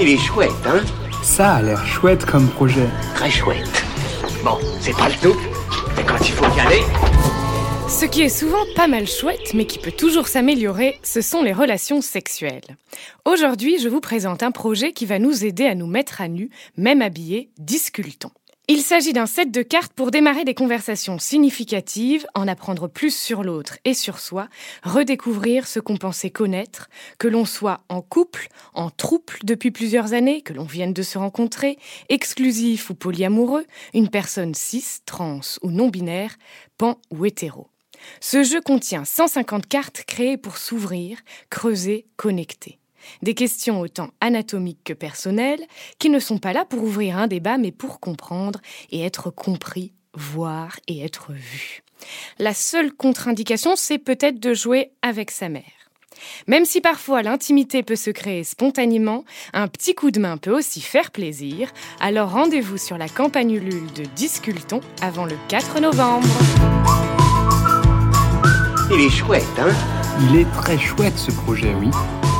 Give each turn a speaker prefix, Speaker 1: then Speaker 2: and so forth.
Speaker 1: Il est chouette, hein?
Speaker 2: Ça a l'air chouette comme projet.
Speaker 1: Très chouette. Bon, c'est pas le tout, mais quand il faut y aller...
Speaker 3: Ce qui est souvent pas mal chouette, mais qui peut toujours s'améliorer, ce sont les relations sexuelles. Aujourd'hui, je vous présente un projet qui va nous aider à nous mettre à nu, même habillés, discultons. Il s'agit d'un set de cartes pour démarrer des conversations significatives, en apprendre plus sur l'autre et sur soi, redécouvrir ce qu'on pensait connaître, que l'on soit en couple, en trouble depuis plusieurs années, que l'on vienne de se rencontrer, exclusif ou polyamoureux, une personne cis, trans ou non-binaire, pan ou hétéro. Ce jeu contient 150 cartes créées pour s'ouvrir, creuser, connecter. Des questions autant anatomiques que personnelles, qui ne sont pas là pour ouvrir un débat, mais pour comprendre et être compris, voir et être vu. La seule contre-indication, c'est peut-être de jouer avec sa mère. Même si parfois l'intimité peut se créer spontanément, un petit coup de main peut aussi faire plaisir. Alors rendez-vous sur la campagne Ulule de Discultons avant le 4 novembre.
Speaker 1: Il est chouette, hein?
Speaker 2: Il est très chouette ce projet, oui.